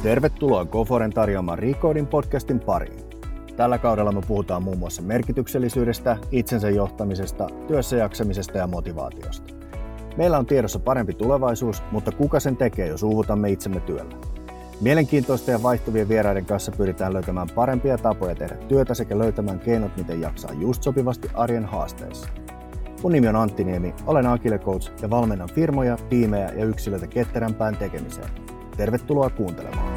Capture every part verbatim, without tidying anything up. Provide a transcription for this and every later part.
Tervetuloa Goforen tarjoaman Recoding podcastin pariin. Tällä kaudella me puhutaan muun muassa merkityksellisyydestä, itsensä johtamisesta, työssä jaksamisesta ja motivaatiosta. Meillä on tiedossa parempi tulevaisuus, mutta kuka sen tekee, jos uuvutamme itsemme työllä? Mielenkiintoisten ja vaihtuvien vieraiden kanssa pyritään löytämään parempia tapoja tehdä työtä sekä löytämään keinot, miten jaksaa just sopivasti arjen haasteissa. Mun nimi on Antti Niemi, olen Agile Coach ja valmennan firmoja, tiimejä ja yksilöitä ketterämpään tekemiseen. Tervetuloa kuuntelemaan.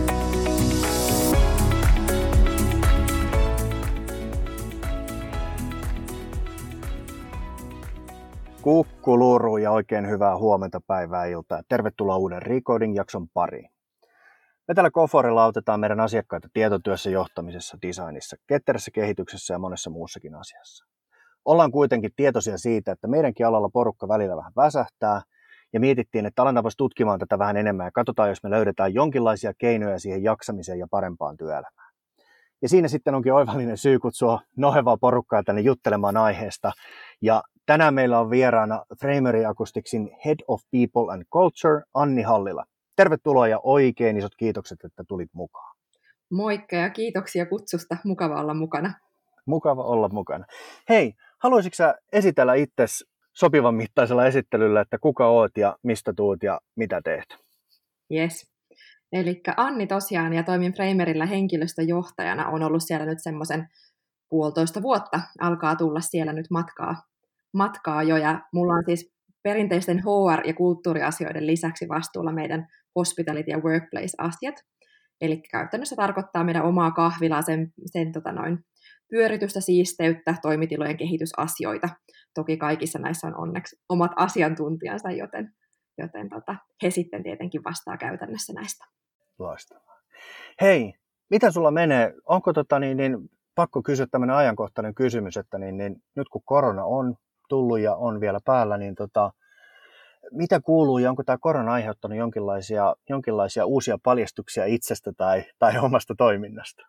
Kukkuluru ja oikein hyvää huomenta, päivää, iltaa. Tervetuloa uuden Recoding-jakson pariin. Me täällä Goforella autetaan meidän asiakkaita tietotyössä, johtamisessa, designissa, ketterässä kehityksessä ja monessa muussakin asiassa. Ollaan kuitenkin tietoisia siitä, että meidänkin alalla porukka välillä vähän väsähtää ja mietittiin, että aletaanpas tutkimaan tätä vähän enemmän ja katsotaan, jos me löydetään jonkinlaisia keinoja siihen jaksamiseen ja parempaan työelämään. Ja siinä sitten onkin oivallinen syy kutsua nohevaa porukkaa tänne juttelemaan aiheesta. Ja tänään meillä on vieraana Framery Acousticsin Head of People and Culture, Anni Hallila. Tervetuloa ja oikein isot kiitokset, että tulit mukaan. Moikka ja kiitoksia kutsusta. Mukava olla mukana. Mukava olla mukana. Hei, haluaisitko sä esitellä itsesi sopivan mittaisella esittelyllä, että kuka oot ja mistä tuut ja mitä teet? Yes. Eli Anni tosiaan ja toimin Frameryllä henkilöstöjohtajana. On ollut siellä nyt semmoisen puolitoista vuotta. Alkaa tulla siellä nyt matkaa, matkaa jo. Ja mulla on siis perinteisten H R- ja kulttuuriasioiden lisäksi vastuulla meidän hospitality- ja workplace-asiat. Eli käytännössä tarkoittaa meidän omaa kahvilaa, sen, sen tota noin, pyöritystä, siisteyttä, toimitilojen kehitysasioita. Toki kaikissa näissä on onneksi omat asiantuntijansa, joten, joten tota, he sitten tietenkin vastaa käytännössä näistä. Loistavaa. Hei, miten sulla menee? Onko tota, niin, niin, pakko kysyä tämmöinen ajankohtainen kysymys, että niin, niin, nyt kun korona on tullut ja on vielä päällä, niin tota, mitä kuuluu ja onko tämä korona aiheuttanut jonkinlaisia, jonkinlaisia uusia paljastuksia itsestä tai, tai omasta toiminnasta?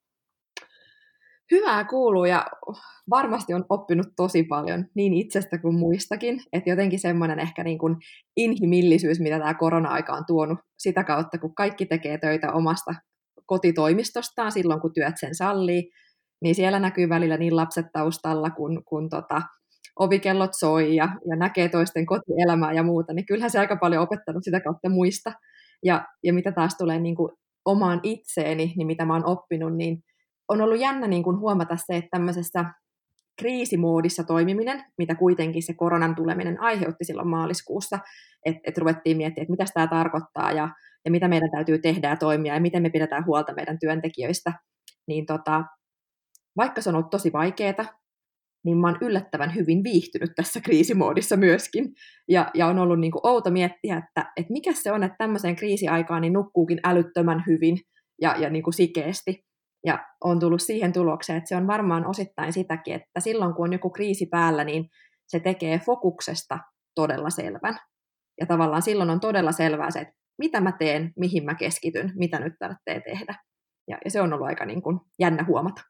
Hyvää kuuluu ja varmasti on oppinut tosi paljon niin itsestä kuin muistakin. Että jotenkin semmoinen ehkä niin kuin inhimillisyys, mitä tämä korona-aika on tuonut sitä kautta, kun kaikki tekee töitä omasta kotitoimistostaan silloin, kun työt sen sallii, niin siellä näkyy välillä niin lapset taustalla, kun, kun tota, ovikellot soi ja, ja näkee toisten kotielämää ja muuta, niin kyllähän se aika paljon opettanut sitä kautta muista. Ja, ja mitä taas tulee niin kuin omaan itseeni, niin mitä mä oon oppinut, niin on ollut jännä niin kuin huomata se, että tämmöisessä kriisimoodissa toimiminen, mitä kuitenkin se koronan tuleminen aiheutti silloin maaliskuussa, että et ruvettiin miettimään, että mitä tämä tarkoittaa ja, ja mitä meidän täytyy tehdä ja toimia ja miten me pidetään huolta meidän työntekijöistä, niin tota, vaikka se on ollut tosi vaikeaa, niin mä oon yllättävän hyvin viihtynyt tässä kriisimoodissa myöskin. Ja, ja on ollut niin kuin outo miettiä, että, että mikä se on, että tämmöiseen kriisiaikaan niin nukkuukin älyttömän hyvin ja, ja niin kuin sikeesti. Ja on tullut siihen tulokseen, että se on varmaan osittain sitäkin, että silloin kun on joku kriisi päällä, niin se tekee fokuksesta todella selvän. Ja tavallaan silloin on todella selvää se, että mitä mä teen, mihin mä keskityn, mitä nyt tarvitsee tehdä. Ja, ja se on ollut aika niin kuin jännä huomata.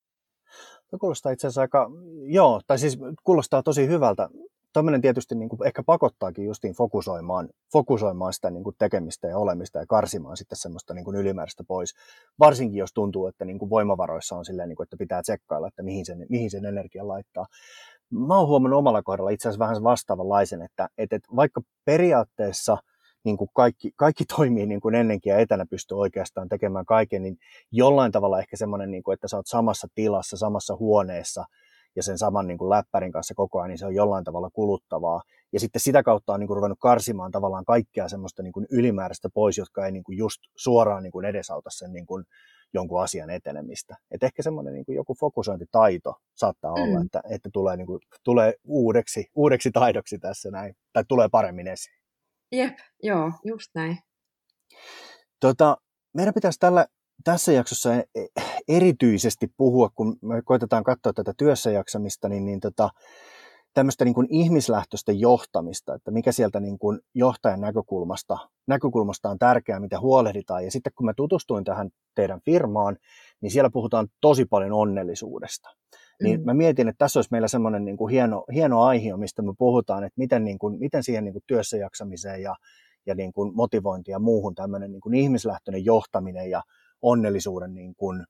No, kuulostaa itse asiassa aika, joo, tai siis kuulostaa tosi hyvältä. Tämmöinen tietysti niin kuin ehkä pakottaakin justiin fokusoimaan, fokusoimaan sitä niin kuin tekemistä ja olemista ja karsimaan sitten semmoista niin kuin ylimääräistä pois. Varsinkin jos tuntuu, että niin kuin voimavaroissa on silleen, niin kuin, että pitää tsekkailla, että mihin sen, mihin sen energian laittaa. Mä oon huomannut omalla kohdalla itse asiassa vähän vastaavanlaisen, että, että vaikka periaatteessa niin kuin kaikki, kaikki toimii niin kuin ennenkin ja etänä pystyy oikeastaan tekemään kaiken, niin jollain tavalla ehkä semmoinen, niin kuin, että sä oot samassa tilassa, samassa huoneessa ja sen saman niin kuin läppärin kanssa koko ajan, niin se on jollain tavalla kuluttavaa. Ja sitten sitä kautta on niin kuin ruvennut karsimaan tavallaan kaikkea semmoista niin kuin ylimääräistä pois, jotka ei niin kuin just suoraan niin kuin edesauta sen niin kuin jonkun asian etenemistä. Et ehkä semmoinen niin kuin joku fokusointitaito saattaa olla, mm. että, että tulee, niin kuin, tulee uudeksi, uudeksi taidoksi tässä näin, tai tulee paremmin esiin. Jep, joo, just näin. Tota, meidän pitäisi tällä, tässä jaksossa erityisesti puhua, kun me koitetaan katsoa tätä työssä jaksamista, niin, niin tota, tämmöistä niin kuin ihmislähtöistä johtamista, että mikä sieltä niin kuin johtajan näkökulmasta, näkökulmasta on tärkeää, mitä huolehditaan. Ja sitten kun mä tutustuin tähän teidän firmaan, niin siellä puhutaan tosi paljon onnellisuudesta. Niin mm. mä mietin, että tässä olisi meillä semmoinen niin kuin hieno, hieno aihe, mistä me puhutaan, että miten, niin kuin, miten siihen niin kuin työssä jaksamiseen ja, ja niin kuin motivointi ja muuhun tämmöinen niin kuin ihmislähtöinen johtaminen ja onnellisuuden niin kuin,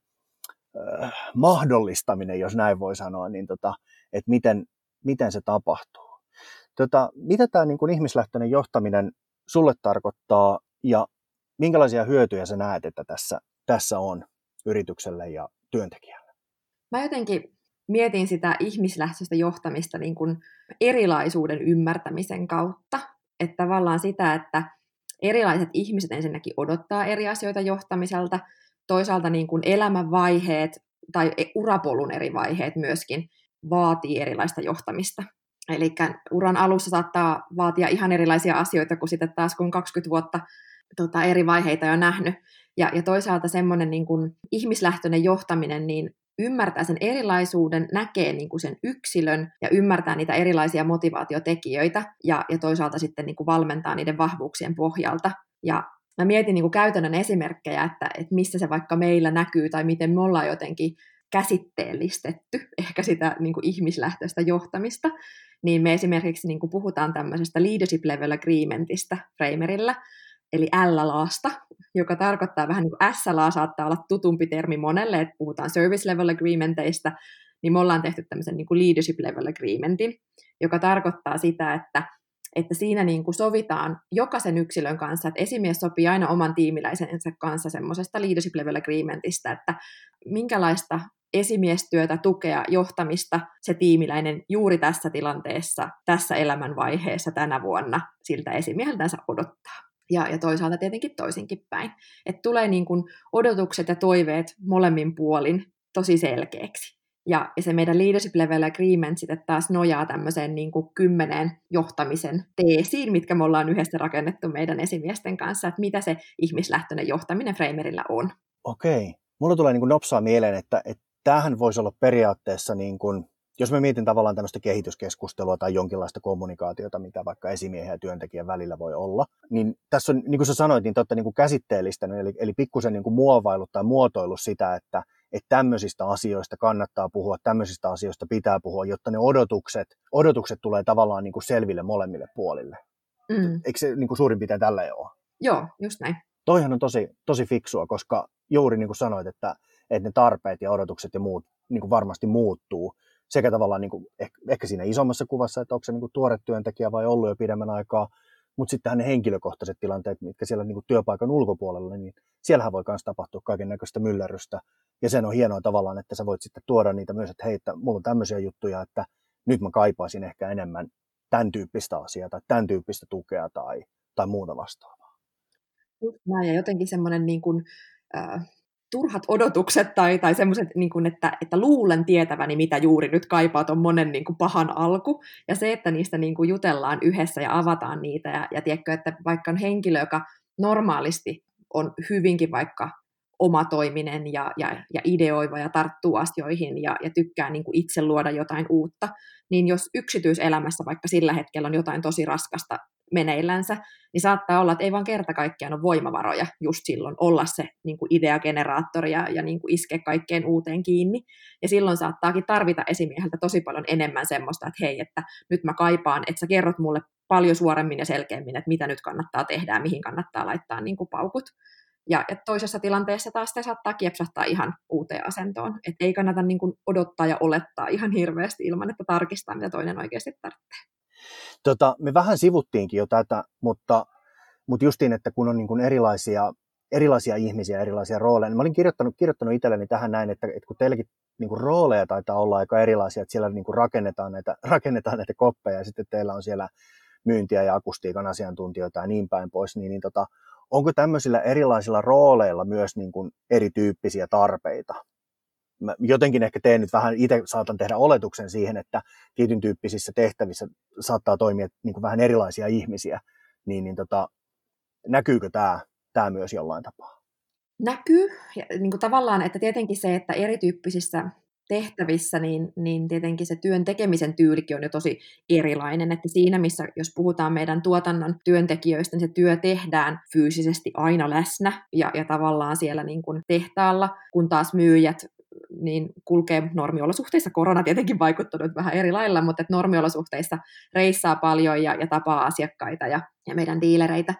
äh, mahdollistaminen, jos näin voi sanoa, niin tota, että miten, miten se tapahtuu. Tota, mitä tämä niin kuin ihmislähtöinen johtaminen sulle tarkoittaa ja minkälaisia hyötyjä sä näet, että tässä, tässä on yritykselle ja työntekijälle? Mä jotenkin mietin sitä ihmislähtöistä johtamista niin kuin erilaisuuden ymmärtämisen kautta. Että tavallaan sitä, että erilaiset ihmiset ensinnäkin odottaa eri asioita johtamiselta, toisaalta niin kuin elämänvaiheet tai urapolun eri vaiheet myöskin vaatii erilaista johtamista. Eli uran alussa saattaa vaatia ihan erilaisia asioita kuin sitten taas kun kaksikymmentä vuotta tota, eri vaiheita jo nähnyt. Ja, ja toisaalta semmoinen niin kuin ihmislähtöinen johtaminen niin ymmärtää sen erilaisuuden, näkee niin kuin sen yksilön ja ymmärtää niitä erilaisia motivaatiotekijöitä ja, ja toisaalta sitten niin kuin valmentaa niiden vahvuuksien pohjalta. Ja mä mietin niin kuin käytännön esimerkkejä, että, että missä se vaikka meillä näkyy tai miten me ollaan jotenkin käsitteellistetty ehkä sitä niin kuin ihmislähtöistä johtamista, niin me esimerkiksi niin kuin puhutaan tämmöisestä leadership level agreementista Framerillä, eli L L A:sta, joka tarkoittaa vähän niin kuin S L A saattaa olla tutumpi termi monelle, että puhutaan service level agreementeista, niin me ollaan tehty tämmöisen niin kuin leadership level agreementin, joka tarkoittaa sitä, että, että siinä niin kuin sovitaan jokaisen yksilön kanssa, että esimies sopii aina oman tiimiläisensä kanssa semmoisesta leadership level agreementista, että minkälaista esimiestyötä, tukea, johtamista se tiimiläinen juuri tässä tilanteessa, tässä elämänvaiheessa tänä vuonna siltä esimieheltänsä odottaa. Ja, ja toisaalta tietenkin toisinkin päin. Että tulee niin kuin odotukset ja toiveet molemmin puolin tosi selkeäksi. Ja, ja se meidän leadership level agreement sitten taas nojaa tämmöiseen niin kuin kymmeneen johtamisen teesiin, mitkä me ollaan yhdessä rakennettu meidän esimiesten kanssa, että mitä se ihmislähtöinen johtaminen Framerillä on. Okei. Mulla tulee niin kuin nopsaa mieleen, että, että tämähän voisi olla periaatteessa, niin kuin, jos mä mietin tavallaan tämmöistä kehityskeskustelua tai jonkinlaista kommunikaatiota, mitä vaikka esimiehen ja työntekijän välillä voi olla, niin tässä on, niin kuin sä sanoit, niin te olette niin kuin käsitteellistänyt, eli, eli pikkusen niin kuin muovailut tai muotoillut sitä, että, että tämmöisistä asioista kannattaa puhua, tämmöisistä asioista pitää puhua, jotta ne odotukset, odotukset tulee tavallaan niin kuin selville molemmille puolille. Mm. Eikö se niin kuin suurin piirtein tällä ole? Joo, just näin. Toihan on tosi, tosi fiksua, koska juuri niin kuin sanoit, että, että ne tarpeet ja odotukset ja muut niin kuin varmasti muuttuu. Sekä tavallaan niin kuin, ehkä, ehkä siinä isommassa kuvassa, että onko se niin kuin tuore työntekijä vai ollut jo pidemmän aikaa, mutta sittenhän ne henkilökohtaiset tilanteet, mitkä siellä niin kuin työpaikan ulkopuolella, niin siellähän voi myös tapahtua kaiken näköistä myllerrystä. Ja sen on hienoa tavallaan, että sä voit sitten tuoda niitä myös, että hei, että mulla on tämmöisiä juttuja, että nyt mä kaipaisin ehkä enemmän tämän tyyppistä asiaa tai tämän tyyppistä tukea tai, tai muuta vastaavaa. Näin, ja jotenkin semmoinen niin kuin, äh, turhat odotukset tai, tai semmoiset, niin kuin, että, että luulen tietäväni, mitä juuri nyt kaipaat, on monen niin kuin pahan alku. Ja se, että niistä niin kuin jutellaan yhdessä ja avataan niitä. Ja, ja tiedätkö, että vaikka on henkilö, joka normaalisti on hyvinkin vaikka omatoiminen ja, ja, ja ideoiva ja tarttuu asioihin ja, ja tykkää niin kuin itse luoda jotain uutta, niin jos yksityiselämässä vaikka sillä hetkellä on jotain tosi raskasta meneillänsä, niin saattaa olla, että ei vaan kerta kaikkiaan ole voimavaroja just silloin olla se niin kuin ideageneraattori ja, ja niin kuin iskeä kaikkeen uuteen kiinni. Ja silloin saattaakin tarvita esimieheltä tosi paljon enemmän semmoista, että hei, että nyt mä kaipaan, että sä kerrot mulle paljon suoremmin ja selkeämmin, että mitä nyt kannattaa tehdä ja mihin kannattaa laittaa niin kuin paukut. Ja, ja toisessa tilanteessa taas se saattaa kiepsahtaa ihan uuteen asentoon. Että ei kannata niin kuin odottaa ja olettaa ihan hirveästi ilman, että tarkistaa, mitä toinen oikeasti tarvitsee. Tota, me vähän sivuttiinkin jo tätä, mutta, mutta justiin, että kun on niin kuin erilaisia, erilaisia ihmisiä, erilaisia rooleja, niin mä olin kirjoittanut, kirjoittanut itselleni tähän näin, että, että kun teilläkin niin kuin rooleja taitaa olla aika erilaisia, että siellä niin kuin rakennetaan, näitä, rakennetaan näitä koppeja ja sitten teillä on siellä myyntiä ja akustiikan asiantuntijoita ja niin päin pois, niin, niin tota, onko tämmöisillä erilaisilla rooleilla myös niin kuin erityyppisiä tarpeita? Mä jotenkin ehkä teen nyt vähän, itse saatan tehdä oletuksen siihen, että tietyn tyyppisissä tehtävissä saattaa toimia niin kuin vähän erilaisia ihmisiä, niin, niin tota, näkyykö tämä, tämä myös jollain tapaa? Näkyy. Ja, niin kuin tavallaan, että tietenkin se, että erityyppisissä tehtävissä, niin, niin tietenkin se työn tekemisen tyylikin on jo tosi erilainen, että siinä missä, jos puhutaan meidän tuotannon työntekijöistä, niin se työ tehdään fyysisesti aina läsnä ja, ja tavallaan siellä niin kuin tehtaalla, kun taas myyjät niin kulkee normiolosuhteissa. Korona tietenkin vaikuttanut vähän eri lailla, mutta että normiolosuhteissa reissaa paljon ja, ja tapaa asiakkaita ja, ja meidän diilereitä.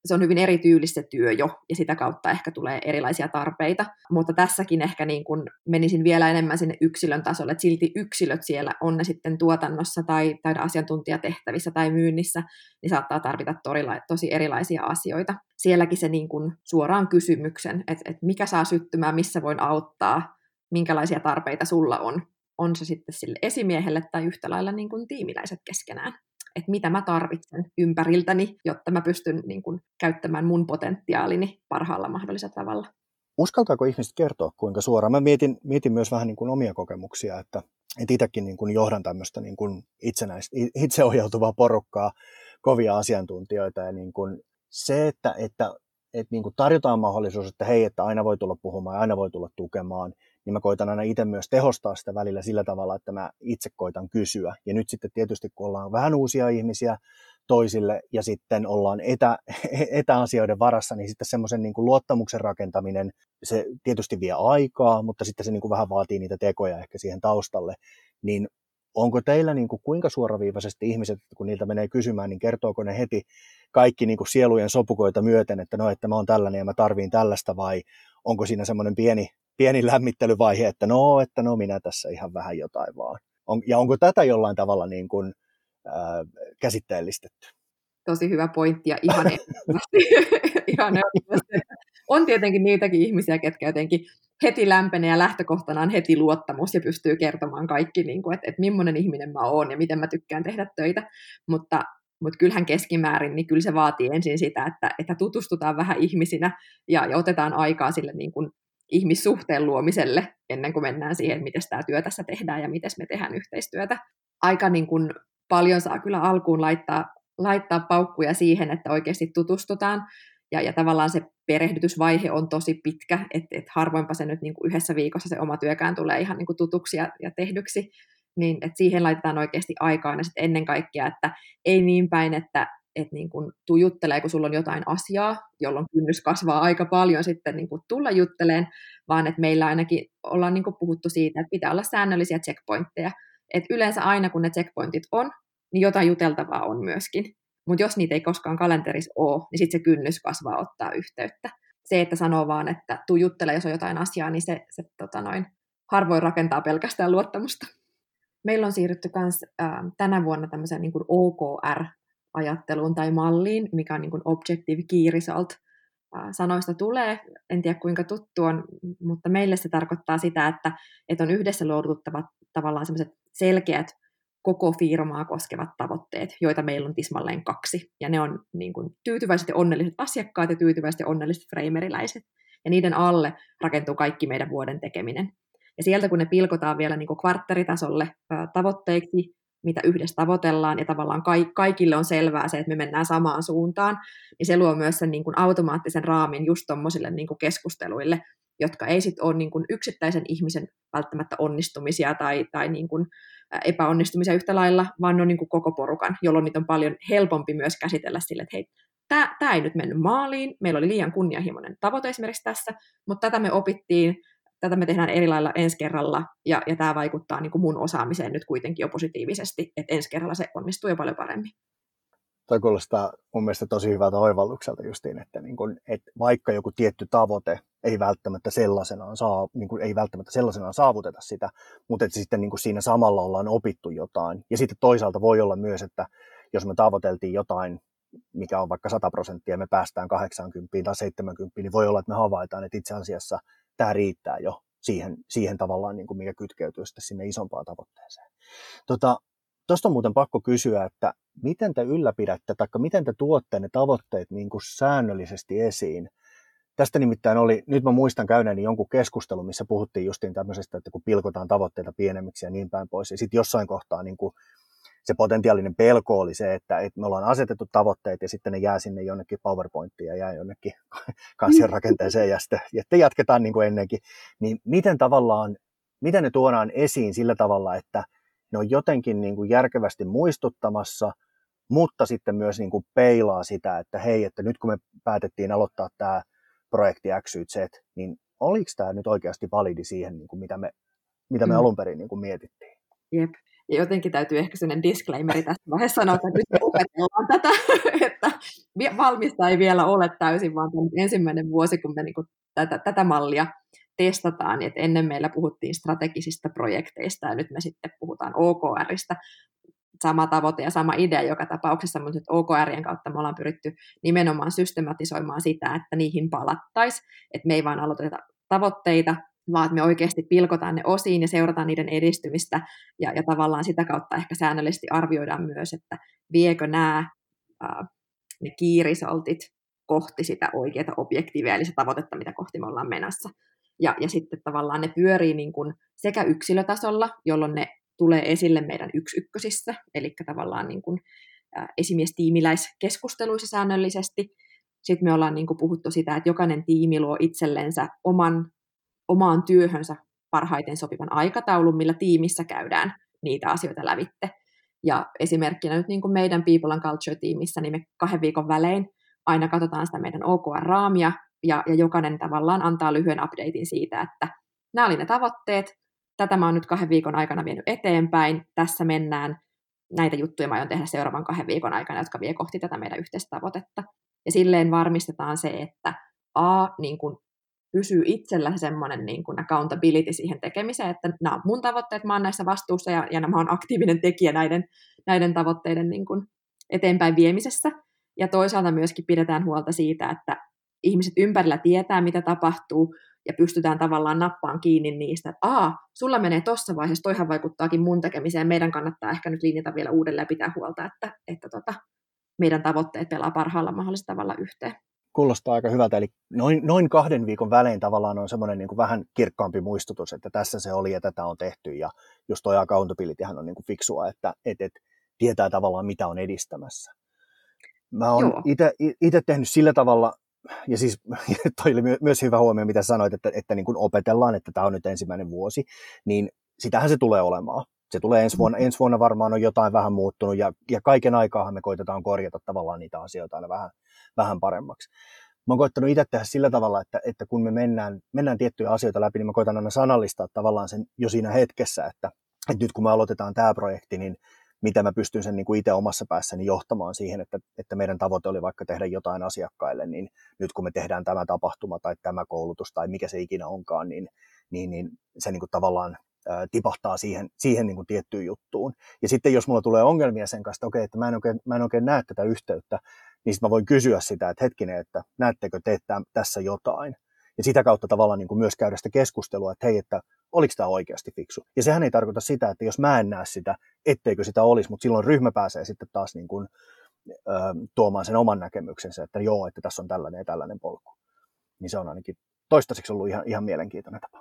se on hyvin erityylistä se työ jo, ja sitä kautta ehkä tulee erilaisia tarpeita. Mutta tässäkin ehkä niin kuin menisin vielä enemmän sinne yksilön tasolle, että silti yksilöt siellä, on ne sitten tuotannossa tai, tai asiantuntijatehtävissä tai myynnissä, niin saattaa tarvita tosi erilaisia asioita. Sielläkin se niin kuin suoraan kysymyksen, että, että mikä saa syttymään, missä voin auttaa, minkälaisia tarpeita sulla on, on se sitten sille esimiehelle tai yhtä lailla niin kuin tiimiläiset keskenään. Että mitä mä tarvitsen ympäriltäni, jotta mä pystyn niin kuin käyttämään mun potentiaalini parhaalla mahdollisella tavalla. Uskaltaako ihmiset kertoa, kuinka suoraan? Mä mietin, mietin myös vähän niin kuin omia kokemuksia, että, että itsekin niin kuin johdan tämmöistä niin kuin itsenäistä, itseohjautuvaa porukkaa, kovia asiantuntijoita. Ja niin kuin se, että, että, että niin kuin tarjotaan mahdollisuus, että hei, että aina voi tulla puhumaan ja aina voi tulla tukemaan, niin mä koitan aina itse myös tehostaa sitä välillä sillä tavalla, että mä itse koitan kysyä. Ja nyt sitten tietysti, kun ollaan vähän uusia ihmisiä toisille ja sitten ollaan etä, etäasioiden varassa, niin sitten semmoisen niin kuin luottamuksen rakentaminen, se tietysti vie aikaa, mutta sitten se niin kuin vähän vaatii niitä tekoja ehkä siihen taustalle. Niin onko teillä niin kuin kuinka suoraviivaisesti ihmiset, kun niiltä menee kysymään, niin kertooko ne heti kaikki niin kuin sielujen sopukoita myöten, että no, että mä oon tällainen ja mä tarviin tällaista, vai onko siinä semmoinen pieni pieni lämmittelyvaihe, että no, että no minä tässä ihan vähän jotain vaan. On, ja onko tätä jollain tavalla niin kuin, ää, käsitteellistetty? Tosi hyvä pointti ja ihan ehdottomasti. ihan ehdottomasti. On tietenkin niitäkin ihmisiä, ketkä jotenkin heti lämpenee ja lähtökohtana on heti luottamus ja pystyy kertomaan kaikki, niin kuin, että, että millainen ihminen mä oon ja miten mä tykkään tehdä töitä, mutta Mutta kyllähän keskimäärin, niin kyllä se vaatii ensin sitä, että, että tutustutaan vähän ihmisinä ja, ja otetaan aikaa sille niin kuin ihmissuhteen luomiselle ennen kuin mennään siihen, että miten tämä työ tässä tehdään ja miten me tehdään yhteistyötä. Aika niin kuin paljon saa kyllä alkuun laittaa, laittaa paukkuja siihen, että oikeasti tutustutaan ja, ja tavallaan se perehdytysvaihe on tosi pitkä, että et harvoinpa se nyt niin kuin yhdessä viikossa se oma työkään tulee ihan niin kuin tutuksi ja, ja tehdyksi, niin että siihen laitetaan oikeasti aikaa ja sitten ennen kaikkea, että ei niin päin, että että niin kun tuu juttelee, kun sulla on jotain asiaa, jolloin kynnys kasvaa aika paljon sitten niin kun tulla jutteleen, vaan että meillä ainakin ollaan niin kun puhuttu siitä, että pitää olla säännöllisiä checkpointteja. Että yleensä aina, kun ne checkpointit on, niin jotain juteltavaa on myöskin. Mutta jos niitä ei koskaan kalenterissa ole, niin sitten se kynnys kasvaa ottaa yhteyttä. Se, että sanoo vaan, että tuu juttele, jos on jotain asiaa, niin se, se tota noin, harvoin rakentaa pelkästään luottamusta. Meillä on siirrytty myös äh, tänä vuonna tämmöiseen niin kuin O K R-ajatteluun tai malliin, mikä on niin kuin Objective Key Result. Äh, sanoista tulee, en tiedä kuinka tuttu on, mutta meille se tarkoittaa sitä, että, että on yhdessä luovutettavat tavallaan sellaiset selkeät koko firmaa koskevat tavoitteet, joita meillä on tismalleen kaksi. Ja ne on niin kuin tyytyväiset ja onnelliset asiakkaat ja tyytyväiset ja onnelliset frameriläiset. Ja niiden alle rakentuu kaikki meidän vuoden tekeminen. Ja sieltä kun ne pilkotaan vielä niin kuin kvartteritasolle ää, tavoitteiksi, mitä yhdessä tavoitellaan, ja tavallaan ka- kaikille on selvää se, että me mennään samaan suuntaan, niin se luo myös sen niin kuin automaattisen raamin just tuommoisille niin kuin keskusteluille, jotka ei sitten ole niin kuin yksittäisen ihmisen välttämättä onnistumisia tai, tai niin kuin epäonnistumisia yhtä lailla, vaan ne on niin kuin koko porukan, jolloin niitä on paljon helpompi myös käsitellä sille, että hei, tämä ei nyt mennyt maaliin, meillä oli liian kunnianhimoinen tavoite esimerkiksi tässä, mutta tätä me opittiin, tätä me tehdään eri lailla ensi kerralla, ja, ja tämä vaikuttaa niin kuin mun osaamiseen nyt kuitenkin jo positiivisesti, että ensi kerralla se onnistuu jo paljon paremmin. Toi kuulostaa mun mielestä tosi hyvältä oivallukselta justiin, että, niin kun, että vaikka joku tietty tavoite ei välttämättä sellaisenaan, saa, niin kun ei välttämättä sellaisenaan saavuteta sitä, mutta että sitten niin kun siinä samalla ollaan opittu jotain. Ja sitten toisaalta voi olla myös, että jos me tavoiteltiin jotain, mikä on vaikka sata prosenttia ja me päästään kahdeksankymmentä tai seitsemänkymmentä, niin voi olla, että me havaitaan, että itse asiassa tämä riittää jo siihen, siihen tavallaan, niin kuin mikä kytkeytyy sitten sinne isompaan tavoitteeseen. Tota, Tuosta on muuten pakko kysyä, että miten te ylläpidätte, tai miten te tuotte ne tavoitteet niin kuin säännöllisesti esiin? Tästä nimittäin oli, nyt mä muistan käyneeni jonkun keskustelun, missä puhuttiin justiin tämmöisestä, että kun pilkotaan tavoitteita pienemmiksi ja niin päin pois, ja sitten jossain kohtaa niin kuin se potentiaalinen pelko oli se, että, että me ollaan asetettu tavoitteet ja sitten ne jää sinne jonnekin PowerPointiin ja jää jonnekin kansion rakenteeseen ja sitten, ja sitten jatketaan niin kuin ennenkin. Niin miten tavallaan, miten ne tuodaan esiin sillä tavalla, että ne on jotenkin niin kuin järkevästi muistuttamassa, mutta sitten myös niin kuin peilaa sitä, että hei, että nyt kun me päätettiin aloittaa tämä projekti X Y Z, niin oliko tämä nyt oikeasti validi siihen, niin kuin mitä me, mitä me mm. alun perin niin kuin mietittiin? Jep. Ja jotenkin täytyy ehkä sellainen disclaimeri tässä vaiheessa sanoa, että nyt me opetellaan tätä, että valmista ei vielä ole täysin, vaan tämä ensimmäinen vuosi, kun me niin kuin tätä, tätä mallia testataan, että ennen meillä puhuttiin strategisista projekteista ja nyt me sitten puhutaan O K R:stä. Sama tavoite ja sama idea joka tapauksessa, mutta nyt O K R:ien kautta me ollaan pyritty nimenomaan systematisoimaan sitä, että niihin palattaisiin, että me ei vaan aloiteta tavoitteita, vaan että me oikeasti pilkotaan ne osiin ja seurataan niiden edistymistä ja, ja tavallaan sitä kautta ehkä säännöllisesti arvioidaan myös, että viekö nämä äh, ne key resultit kohti sitä oikeaa objektiivia, eli se tavoitetta, mitä kohti me ollaan menossa. Ja, ja sitten tavallaan ne pyörii niin kuin sekä yksilötasolla, jolloin ne tulee esille meidän yksi ykkösissä, eli tavallaan niin kuin, ä, esimiestiimiläiskeskusteluissa säännöllisesti. Sitten me ollaan niin kuin puhuttu sitä, että jokainen tiimi luo itsellensä oman, omaan työhönsä parhaiten sopivan aikataulun, millä tiimissä käydään niitä asioita lävitte. Ja esimerkkinä nyt niin kuin meidän People and Culture-tiimissä, niin me kahden viikon välein aina katsotaan sitä meidän O K R-raamia, ja, ja jokainen tavallaan antaa lyhyen updatein siitä, että nämä oli ne tavoitteet, tätä mä oon nyt kahden viikon aikana vienyt eteenpäin, tässä mennään, näitä juttuja mä aion tehdä seuraavan kahden viikon aikana, jotka vie kohti tätä meidän yhteistä tavoitetta. Ja silleen varmistetaan se, että A, niin kun pysyy itsellä semmoinen niin kun accountability siihen tekemiseen, että nämä on mun tavoitteet, mä oon näissä vastuussa ja, ja mä oon aktiivinen tekijä näiden, näiden tavoitteiden niin kun eteenpäin viemisessä. Ja toisaalta myöskin pidetään huolta siitä, että ihmiset ympärillä tietää, mitä tapahtuu, ja pystytään tavallaan nappaan kiinni niistä, että aa, sulla menee tuossa vaiheessa, toihan vaikuttaakin mun tekemiseen, meidän kannattaa ehkä nyt linjata vielä uudelleen ja pitää huolta, että, että tota, meidän tavoitteet pelaa parhaalla mahdollisella tavalla yhteen. Kuulostaa aika hyvältä, eli noin, noin kahden viikon välein tavallaan on semmoinen niin kuin vähän kirkkaampi muistutus, että tässä se oli ja tätä on tehty, ja just toi accountabilityhän on niin kuin fiksua, että et, et, tietää tavallaan mitä on edistämässä. Mä oon itse tehnyt sillä tavalla, ja siis toi oli myös hyvä huomio, mitä sanoit, että, että niin kuin opetellaan, että tämä on nyt ensimmäinen vuosi, niin sitähän se tulee olemaan. Se tulee ensi vuonna, ensi vuonna varmaan on jotain vähän muuttunut, ja, ja kaiken aikaa me koitetaan korjata tavallaan niitä asioita aina vähän, vähän paremmaksi. Mä oon koittanut itse tehdä sillä tavalla, että, että kun me mennään, mennään tiettyjä asioita läpi, niin mä koitan aina sanallistaa tavallaan sen jo siinä hetkessä, että, että nyt kun me aloitetaan tämä projekti, niin mitä mä pystyn sen niin kuin itse omassa päässäni johtamaan siihen, että, että meidän tavoite oli vaikka tehdä jotain asiakkaille, niin nyt kun me tehdään tämä tapahtuma tai tämä koulutus tai mikä se ikinä onkaan, niin, niin, niin se niin kuin tavallaan ää, tipahtaa siihen, siihen niin kuin tiettyyn juttuun. Ja sitten jos mulla tulee ongelmia sen kanssa, että okei, että mä en oikein, mä en oikein näe tätä yhteyttä, niin sitten mä voin kysyä sitä, että hetkinen, että näettekö te tässä jotain? Ja sitä kautta tavallaan niin kuin myös käydä sitä keskustelua, että hei, että oliko tämä oikeasti fiksu. Ja sehän ei tarkoita sitä, että jos mä en näe sitä, etteikö sitä olisi, mutta silloin ryhmä pääsee sitten taas niin kuin, ö, tuomaan sen oman näkemyksensä, että joo, että tässä on tällainen ja tällainen polku. Niin se on ainakin toistaiseksi ollut ihan, ihan mielenkiintoinen tapa.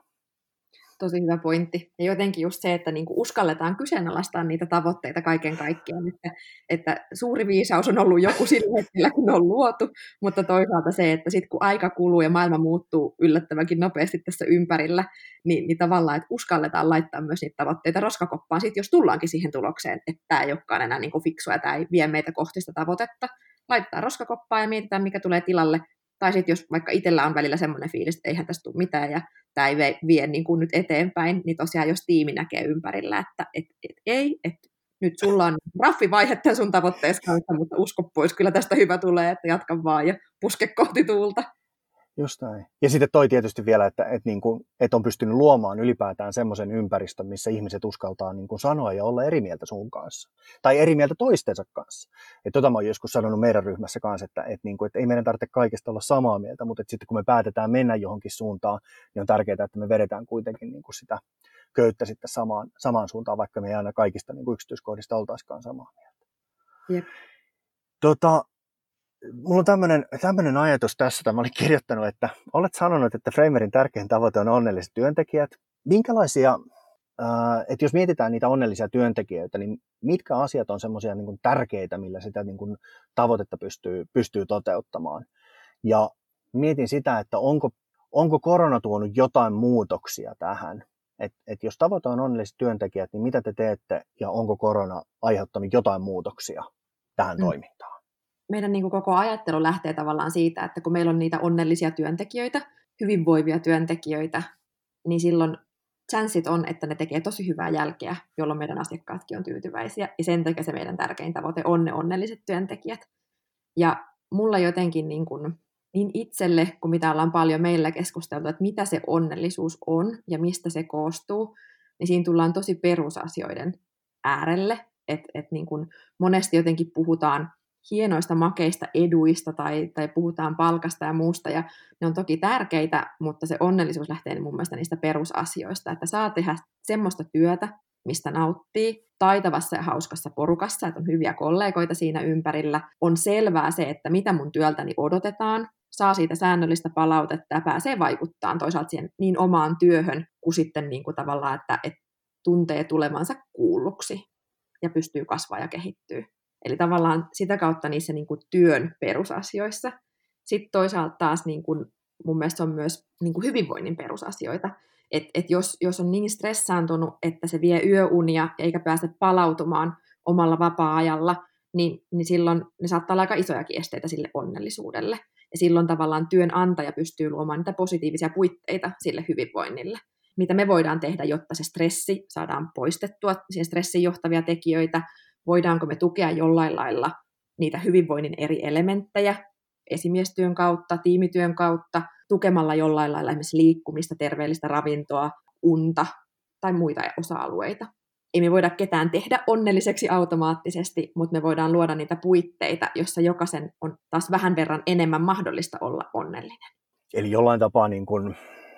Tosi hyvä pointti. Ja jotenkin just se, että niinku uskalletaan kyseenalaistaa niitä tavoitteita kaiken kaikkiaan. Että, että suuri viisaus on ollut joku sillä hetkellä, kun ne on luotu, mutta toisaalta se, että sitten kun aika kuluu ja maailma muuttuu yllättävänkin nopeasti tässä ympärillä, niin, niin tavallaan, että uskalletaan laittaa myös niitä tavoitteita roskakoppaan, sit jos tullaankin siihen tulokseen, että tämä ei olekaan enää niinku fiksua ja tämä ei vie meitä kohti sitä tavoitetta. Laitetaan roskakoppaan ja mietitään, mikä tulee tilalle. Tai sitten jos vaikka itsellä on välillä semmoinen fiilis, että eihän tästä tule mitään ja tämä ei vie, vie niin kuin nyt eteenpäin, niin tosiaan jos tiimi näkee ympärillä, että et, et, ei, että nyt sulla on raffivaihe tämän sun tavoitteessa kanssa, mutta usko pois, kyllä tästä hyvä tulee, että jatka vaan ja puske kohti tuulta. Just näin. Ja sitten toi tietysti vielä, että, että, niin kuin, että on pystynyt luomaan ylipäätään semmoisen ympäristön, missä ihmiset uskaltaa niin kuin sanoa ja olla eri mieltä sun kanssa. Tai eri mieltä toistensa kanssa. Että tota mä oon joskus sanonut meidän ryhmässä kanssa, että, että, niin kuin, että ei meidän tarvitse kaikesta olla samaa mieltä, mutta että sitten kun me päätetään mennä johonkin suuntaan, niin on tärkeää, että me vedetään kuitenkin niin kuin sitä köyttä sitten samaan, samaan suuntaan, vaikka me ei aina kaikista niin kuin yksityiskohdista oltaisikaan samaa mieltä. Jep. Tota, Mulla on tämmöinen, tämmöinen ajatus tässä, että mä olin kirjoittanut, että olet sanonut, että Framerin tärkein tavoite on onnelliset työntekijät. Minkälaisia, että jos mietitään niitä onnellisia työntekijöitä, niin mitkä asiat on semmoisia niin kuin tärkeitä, millä sitä niin kuin tavoitetta pystyy, pystyy toteuttamaan? Ja mietin sitä, että onko, onko korona tuonut jotain muutoksia tähän? Että et jos tavoite on onnelliset työntekijät, niin mitä te teette ja onko korona aiheuttanut jotain muutoksia tähän mm. toimintaan? Meidän niin kuin koko ajattelu lähtee tavallaan siitä, että kun meillä on niitä onnellisia työntekijöitä, hyvinvoivia työntekijöitä, niin silloin chanssit on, että ne tekee tosi hyvää jälkeä, jolloin meidän asiakkaatkin on tyytyväisiä. Ja sen takia se meidän tärkein tavoite on ne onnelliset työntekijät. Ja mulla jotenkin niin, kuin, niin itselle, kun mitä ollaan paljon meillä keskusteltu, että mitä se onnellisuus on ja mistä se koostuu, niin siinä tullaan tosi perusasioiden äärelle. Että et niin kuin monesti jotenkin puhutaan hienoista makeista eduista tai, tai puhutaan palkasta ja muusta, ja ne on toki tärkeitä, mutta se onnellisuus lähtee mun mielestä niistä perusasioista, että saa tehdä semmoista työtä, mistä nauttii, taitavassa ja hauskassa porukassa, että on hyviä kollegoita siinä ympärillä, on selvää se, että mitä mun työltäni odotetaan, saa siitä säännöllistä palautetta ja pääsee vaikuttamaan toisaalta siihen niin omaan työhön, kuin sitten niin kuin tavallaan, että, että tuntee tulevansa kuulluksi ja pystyy kasvaa ja kehittyä. Eli tavallaan sitä kautta niissä niin kuin työn perusasioissa. Sitten toisaalta taas niin kuin, mun mielestä on myös niin kuin hyvinvoinnin perusasioita. Että et jos, jos on niin stressaantunut, että se vie yöunia eikä pääse palautumaan omalla vapaa-ajalla, niin, niin silloin ne saattaa olla aika isojakin esteitä sille onnellisuudelle. Ja silloin tavallaan työnantaja pystyy luomaan niitä positiivisia puitteita sille hyvinvoinnille. Mitä me voidaan tehdä, jotta se stressi saadaan poistettua, siihen stressiin johtavia tekijöitä, voidaanko me tukea jollain lailla niitä hyvinvoinnin eri elementtejä, esimiestyön kautta, tiimityön kautta, tukemalla jollain lailla esimerkiksi liikkumista, terveellistä ravintoa, unta tai muita osa-alueita. Ei me voida ketään tehdä onnelliseksi automaattisesti, mutta me voidaan luoda niitä puitteita, jossa jokaisen on taas vähän verran enemmän mahdollista olla onnellinen. Eli jollain tapaa niin kun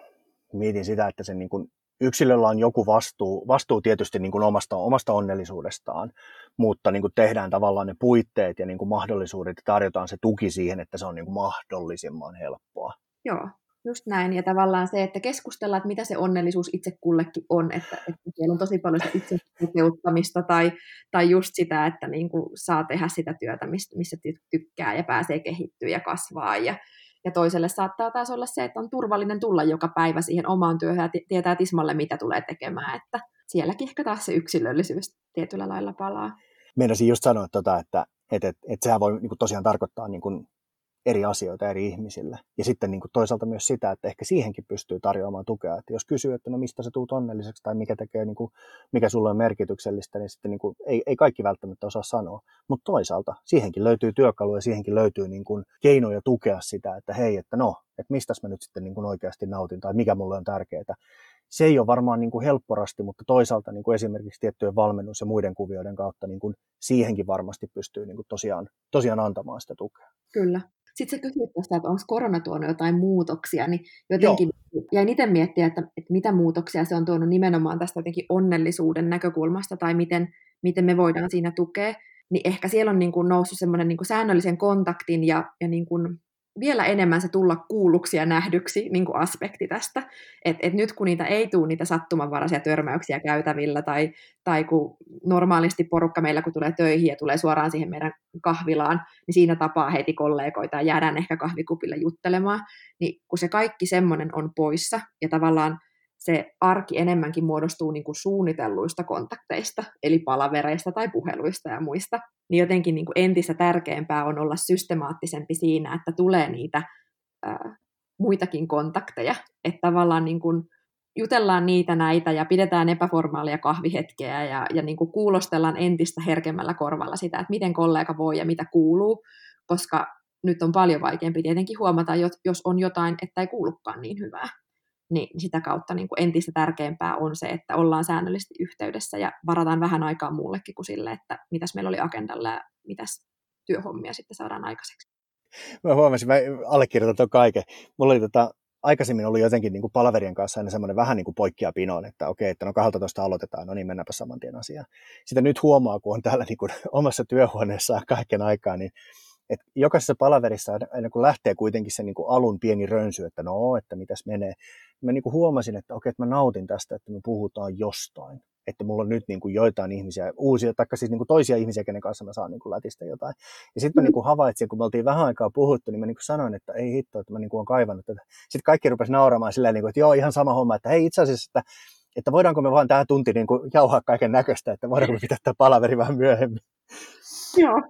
mietin sitä, että sen niin kun yksilöllä on joku vastuu, vastuu tietysti niin kuin omasta, omasta onnellisuudestaan, mutta niin kuin tehdään tavallaan ne puitteet ja niin kuin mahdollisuudet ja tarjotaan se tuki siihen, että se on niin kuin mahdollisimman helppoa. Joo, just näin. Ja tavallaan se, että keskustellaan, että mitä se onnellisuus itse kullekin on, että, että siellä on tosi paljon sitä itse toteuttamista tai, tai just sitä, että niin kuin saa tehdä sitä työtä, missä tykkää ja pääsee kehittyä ja kasvaa ja Ja toiselle saattaa taas olla se, että on turvallinen tulla joka päivä siihen omaan työhön ja tietää tismalle, mitä tulee tekemään. Että sielläkin ehkä taas se yksilöllisyys tietyllä lailla palaa. Meinasin just sanoa, tota, että, että, että, että sehän voi niin kuin tosiaan tarkoittaa niin kuin eri asioita eri ihmisille. Ja sitten niin kuin toisaalta myös sitä, että ehkä siihenkin pystyy tarjoamaan tukea. Että jos kysyy, että no mistä sä tuut onnelliseksi tai mikä tekee, niin kuin, mikä sulle on merkityksellistä, niin sitten niin kuin, ei, ei kaikki välttämättä osaa sanoa. Mutta toisaalta siihenkin löytyy työkaluja, siihenkin löytyy niin kuin keinoja tukea sitä, että hei, että no, että mistäs mä nyt sitten niin kuin oikeasti nautin tai mikä mulle on tärkeää. Se ei ole varmaan niin kuin helpporasti, mutta toisaalta niin kuin esimerkiksi tiettyjen valmennus- ja muiden kuvioiden kautta niin kuin siihenkin varmasti pystyy niin kuin tosiaan, tosiaan antamaan sitä tukea. Kyllä. Sitten sä kysyt tästä, että onko korona tuonut jotain muutoksia, niin jotenkin Joo. jäin itse miettiä, että, että mitä muutoksia se on tuonut nimenomaan tästä jotenkin onnellisuuden näkökulmasta, tai miten, miten me voidaan siinä tukea, niin ehkä siellä on niin kuin noussut semmoinen niin kuin säännöllisen kontaktin ja, ja niin kuin vielä enemmän se tulla kuulluksi ja nähdyksi niin kuin aspekti tästä, että et nyt kun niitä ei tule niitä sattumanvaraisia törmäyksiä käytävillä, tai, tai kun normaalisti porukka meillä kun tulee töihin ja tulee suoraan siihen meidän kahvilaan, niin siinä tapaa heti kollegoita ja jäädään ehkä kahvikupille juttelemaan, niin kun se kaikki semmoinen on poissa, ja tavallaan se arki enemmänkin muodostuu niin kuin suunnitelluista kontakteista, eli palavereista tai puheluista ja muista, niin jotenkin niin kuin entistä tärkeämpää on olla systemaattisempi siinä, että tulee niitä ää, muitakin kontakteja, että tavallaan niin kuin jutellaan niitä näitä ja pidetään epäformaalia kahvihetkeä ja, ja niin kuin kuulostellaan entistä herkemmällä korvalla sitä, että miten kollega voi ja mitä kuuluu, koska nyt on paljon vaikeampi tietenkin huomata, jos on jotain, että ei kuulukaan niin hyvää. Niin sitä kautta niin kuin entistä tärkeämpää on se, että ollaan säännöllisesti yhteydessä ja varataan vähän aikaa muullekin kuin sille, että mitäs meillä oli agendalla ja mitäs työhommia sitten saadaan aikaiseksi. Mä huomasin, mä allekirjoitan tuon kaiken. Mulla oli tota, aikaisemmin oli jotenkin niin kuin palaverien kanssa aina semmoinen vähän niin kuin poikkea pinoon, että okei, että no kaksitoista aloitetaan, no niin mennäänpä saman tien asiaan. Sitä nyt huomaa, kun on täällä niin kuin omassa työhuoneessaan kaiken aikaa, niin että jokaisessa palaverissa aina kun lähtee kuitenkin se niin kuin alun pieni rönsy, että no, että mitäs menee, mä niin kuin huomasin, että okei, että mä nautin tästä, että me puhutaan jostain. Että mulla on nyt niin kuin joitain ihmisiä, uusia, tai siis niin kuin toisia ihmisiä, kenen kanssa mä saan niin kuin lätistä jotain. Ja sitten mä niin kuin havaitsin, kun me oltiin vähän aikaa puhuttu, niin mä niin kuin sanoin, että ei hitto, että mä niin kuin olen kaivannut tätä. Sitten kaikki rupesi nauramaan silleen, niin kuin, että joo, ihan sama homma, että hei itse asiassa, että, että voidaanko me vaan tämä tunti niin kuin jauhaa kaiken näköistä, että voidaanko me pitää tämä palaveri vähän myöhemmin. Joo. Ja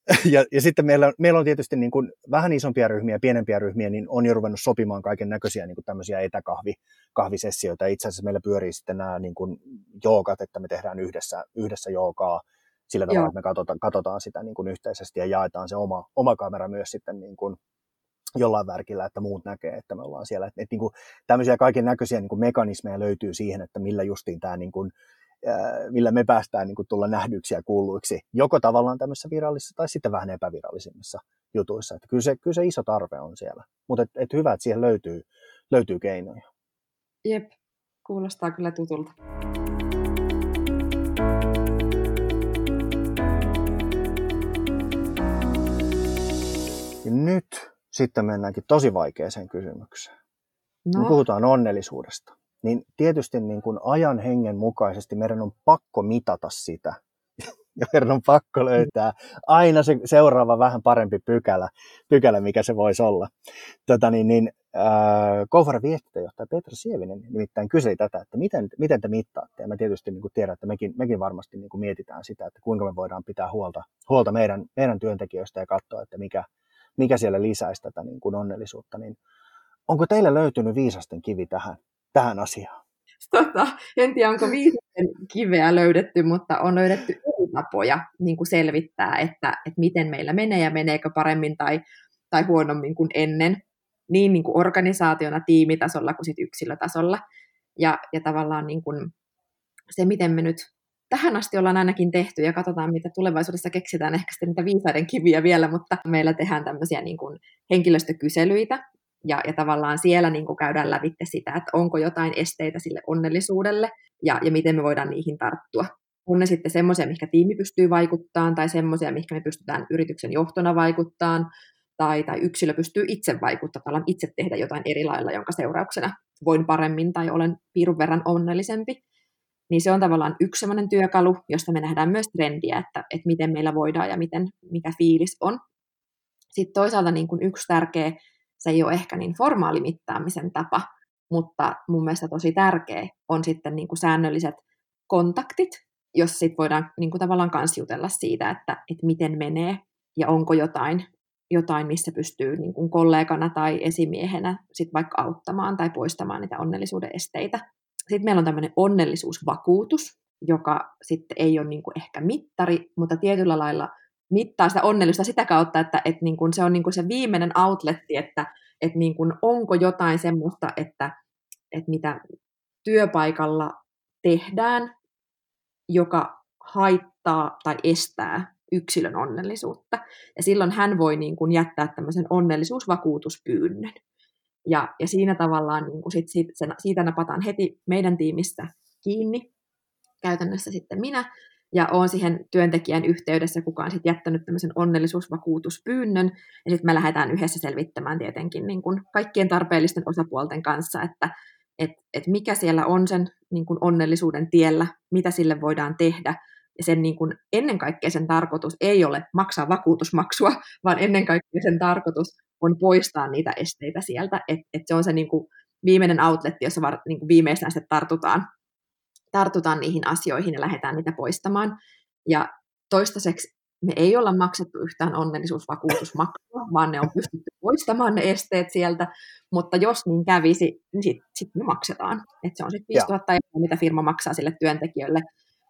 ja, ja sitten meillä on, meillä on tietysti niin kuin vähän isompia ryhmiä, pienempiä ryhmiä, niin on jo ruvennut sopimaan kaiken näköisiä niin kuin tämmöisiä etäkahvisessioita. Itse asiassa meillä pyörii sitten nämä niin kuin joogat, että me tehdään yhdessä, yhdessä joogaa sillä tavalla, Joo. että me katsotaan, katsotaan sitä niin kuin yhteisesti ja jaetaan se oma, oma kamera myös sitten niin kuin jollain värkillä, että muut näkee, että me ollaan siellä. Että, että niin kuin tämmöisiä kaiken näköisiä niin kuin mekanismeja löytyy siihen, että millä justiin tämä niin kuin millä me päästään niin kuin tulla nähdyiksi ja kuulluiksi, joko tavallaan tämmöisissä virallisissa tai sitten vähän epävirallisimmissa jutuissa. Että kyllä, se, kyllä se iso tarve on siellä, mutta et, et hyvä, että siihen löytyy, löytyy keinoja. Jep, kuulostaa kyllä tutulta. Ja nyt sitten mennäänkin tosi vaikeaseen kysymykseen. No. Me puhutaan onnellisuudesta. Niin tietysti niin kuin ajan hengen mukaisesti meidän on pakko mitata sitä. Ja meidän on pakko löytää aina se seuraava vähän parempi pykälä, pykälä mikä se voisi olla. Tota niin, niin, äh, Go-Foren viestintäjohtaja Petra Sievinen nimittäin kyseli tätä, että miten, miten te mittaatte. Ja mä tietysti niin kuin tiedän, että mekin, mekin varmasti niin kuin mietitään sitä, että kuinka me voidaan pitää huolta, huolta meidän, meidän työntekijöistä ja katsoa, että mikä, mikä siellä lisäisi tätä niin kuin onnellisuutta. Niin onko teille löytynyt viisasten kivi tähän? tähän asiaan? Tota, en tiedä, onko viisasten kiveä löydetty, mutta on löydetty eri tapoja niin kuin selvittää, että, että miten meillä menee ja meneekö paremmin tai, tai huonommin kuin ennen, niin, niin kuin organisaationa, tiimitasolla kuin sit yksilötasolla. Ja, ja tavallaan niin kuin se, miten me nyt tähän asti ollaan ainakin tehty, ja katsotaan, mitä tulevaisuudessa keksitään, ehkä sitten niitä viisaiden kiviä vielä, mutta meillä tehdään tämmöisiä niin kuin henkilöstökyselyitä, Ja, ja tavallaan siellä niin kuin käydään lävitse sitä, että onko jotain esteitä sille onnellisuudelle ja, ja miten me voidaan niihin tarttua. On ne sitten semmoisia, mihinkä tiimi pystyy vaikuttamaan, tai semmoisia, mihinkä me pystytään yrityksen johtona vaikuttamaan, tai, tai yksilö pystyy itse vaikuttamaan, tavallaan itse tehdä jotain eri lailla, jonka seurauksena voin paremmin tai olen piirun verran onnellisempi. Niin se on tavallaan yksi semmoinen työkalu, josta me nähdään myös trendiä, että, että miten meillä voidaan ja miten, mikä fiilis on. Sitten toisaalta niin kuin yksi tärkeä, se ei ole ehkä niin formaali mittaamisen tapa, mutta mun mielestä tosi tärkeä on sitten niin kuin säännölliset kontaktit, jos sit voidaan niin kuin tavallaan kans jutella siitä, että, että miten menee ja onko jotain, jotain missä pystyy niin kuin kollegana tai esimiehenä sit vaikka auttamaan tai poistamaan niitä onnellisuuden esteitä. Sitten meillä on tämmöinen onnellisuusvakuutus, joka sitten ei ole niin kuin ehkä mittari, mutta tietyllä lailla mittaa sitä onnellisuutta sitä kautta, että, että niin kuin se on niin kuin se viimeinen outletti, että, että niin kuin onko jotain semmoista, että, että mitä työpaikalla tehdään, joka haittaa tai estää yksilön onnellisuutta. Ja silloin hän voi niin kuin jättää tämmöisen onnellisuusvakuutuspyynnön. Ja, ja siinä tavallaan niin kuin sit, sit, sen, siitä napataan heti meidän tiimistä kiinni, käytännössä sitten minä, ja olen siihen työntekijän yhteydessä, kuka on sitten jättänyt tämmöisen onnellisuusvakuutuspyynnön, ja sitten me lähdetään yhdessä selvittämään tietenkin niin kuin kaikkien tarpeellisten osapuolten kanssa, että et, et mikä siellä on sen niin kuin onnellisuuden tiellä, mitä sille voidaan tehdä, ja sen niin kuin, ennen kaikkea sen tarkoitus ei ole maksaa vakuutusmaksua, vaan ennen kaikkea sen tarkoitus on poistaa niitä esteitä sieltä, että et se on se niin kuin viimeinen outletti, jossa var, niin kuin viimeistään sitten tartutaan tartutaan niihin asioihin ja lähdetään niitä poistamaan. Ja toistaiseksi me ei olla maksettu yhtään onnellisuusvakuutusmaksua, vaan ne on pystytty poistamaan ne esteet sieltä, mutta jos niin kävisi, niin sitten sit me maksetaan. Et se on sitten viisituhatta euroa, mitä firma maksaa sille työntekijöille